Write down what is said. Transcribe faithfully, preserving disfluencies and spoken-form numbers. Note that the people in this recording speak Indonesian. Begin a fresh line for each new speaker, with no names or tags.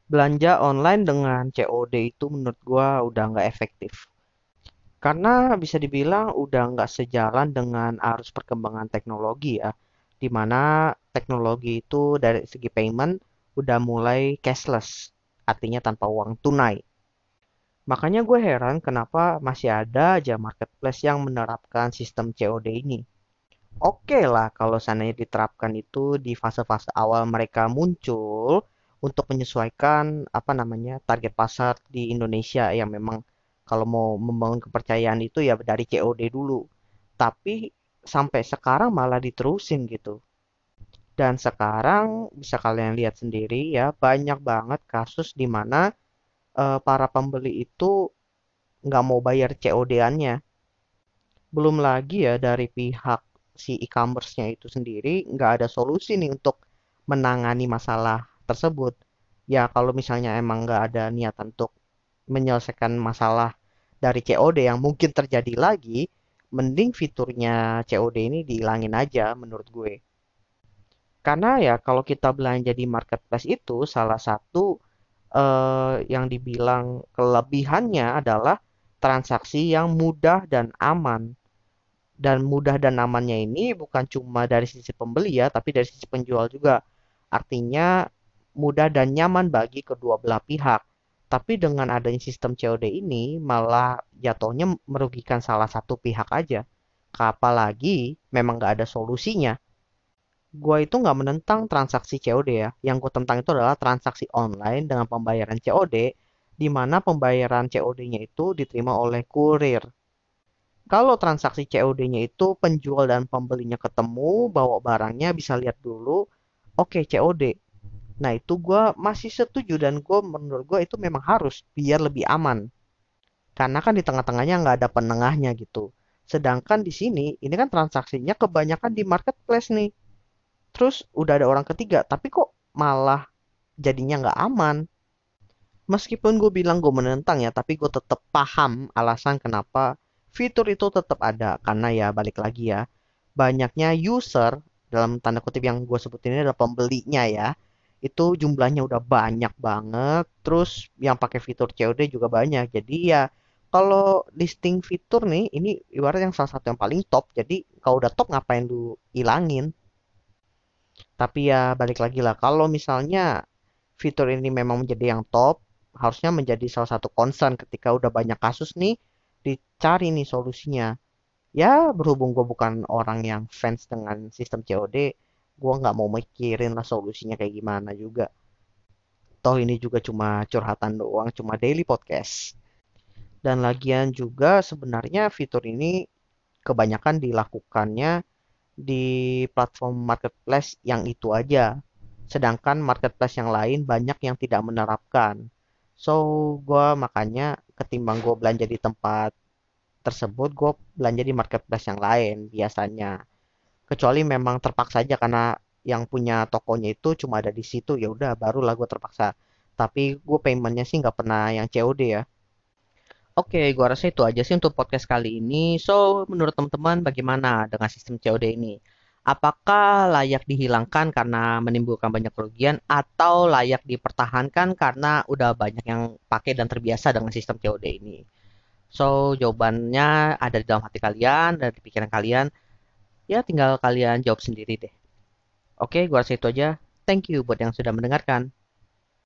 Belanja online dengan C O D itu menurut gua udah nggak efektif. Karena bisa dibilang udah nggak sejalan dengan arus perkembangan teknologi ya. Di mana teknologi itu dari segi payment udah mulai cashless, artinya tanpa uang tunai. Makanya gue heran kenapa masih ada aja marketplace yang menerapkan sistem C O D ini. Oke lah kalau seandainya diterapkan itu di fase-fase awal mereka muncul untuk menyesuaikan apa namanya target pasar di Indonesia yang memang kalau mau membangun kepercayaan itu ya dari C O D dulu. Tapi sampai sekarang malah diterusin gitu. Dan sekarang bisa kalian lihat sendiri ya banyak banget kasus di mana eh, para pembeli itu nggak mau bayar C O D-annya. Belum lagi ya dari pihak si e-commerce-nya itu sendiri nggak ada solusi nih untuk menangani masalah tersebut. Ya kalau misalnya emang nggak ada niatan untuk menyelesaikan masalah dari C O D yang mungkin terjadi lagi, mending fiturnya C O D ini dihilangin aja menurut gue. Karena ya kalau kita belanja di marketplace itu salah satu eh, yang dibilang kelebihannya adalah transaksi yang mudah dan aman. Dan mudah dan amannya ini bukan cuma dari sisi pembeli ya, tapi dari sisi penjual juga. Artinya mudah dan nyaman bagi kedua belah pihak. Tapi dengan adanya sistem C O D ini malah jatuhnya merugikan salah satu pihak aja. Apalagi memang nggak ada solusinya. Gua itu nggak menentang transaksi C O D ya. Yang gue tentang itu adalah transaksi online dengan pembayaran C O D, di mana pembayaran C O D-nya itu diterima oleh kurir. Kalau transaksi C O D-nya itu penjual dan pembelinya ketemu, bawa barangnya bisa lihat dulu, oke C O D. Nah itu gue masih setuju dan gue menurut gue itu memang harus biar lebih aman. Karena kan di tengah-tengahnya nggak ada penengahnya gitu. Sedangkan di sini ini kan transaksinya kebanyakan di marketplace nih. Terus udah ada orang ketiga, tapi kok malah jadinya nggak aman. Meskipun gue bilang gue menentang ya, tapi gue tetap paham alasan kenapa fitur itu tetap ada. Karena ya balik lagi ya, banyaknya user dalam tanda kutip yang gue sebutin ini adalah pembelinya ya. Itu jumlahnya udah banyak banget. Terus yang pakai fitur C O D juga banyak. Jadi ya kalau listing fitur nih, ini ibarat yang salah satu yang paling top. Jadi kalau udah top ngapain lu ilangin? Tapi ya balik lagi lah, kalau misalnya fitur ini memang menjadi yang top, harusnya menjadi salah satu concern ketika udah banyak kasus nih, dicari nih solusinya. Ya berhubung gue bukan orang yang fans dengan sistem C O D, gue nggak mau mikirin lah solusinya kayak gimana juga. Toh ini juga cuma curhatan doang, cuma daily podcast. Dan lagian juga sebenarnya fitur ini kebanyakan dilakukannya di platform marketplace yang itu aja. Sedangkan marketplace yang lain banyak yang tidak menerapkan. So, gue makanya ketimbang gue belanja di tempat tersebut, gue belanja di marketplace yang lain biasanya. Kecuali memang terpaksa aja karena yang punya tokonya itu cuma ada di situ, ya udah barulah gue terpaksa. Tapi gue paymentnya sih nggak pernah yang C O D ya. Oke, gua rasa itu aja sih untuk podcast kali ini. So, menurut teman-teman bagaimana dengan sistem C O D ini? Apakah layak dihilangkan karena menimbulkan banyak kerugian atau layak dipertahankan karena udah banyak yang pakai dan terbiasa dengan sistem C O D ini? So, jawabannya ada di dalam hati kalian dan di pikiran kalian. Ya, tinggal kalian jawab sendiri deh. Oke, gua rasa itu aja. Thank you buat yang sudah mendengarkan.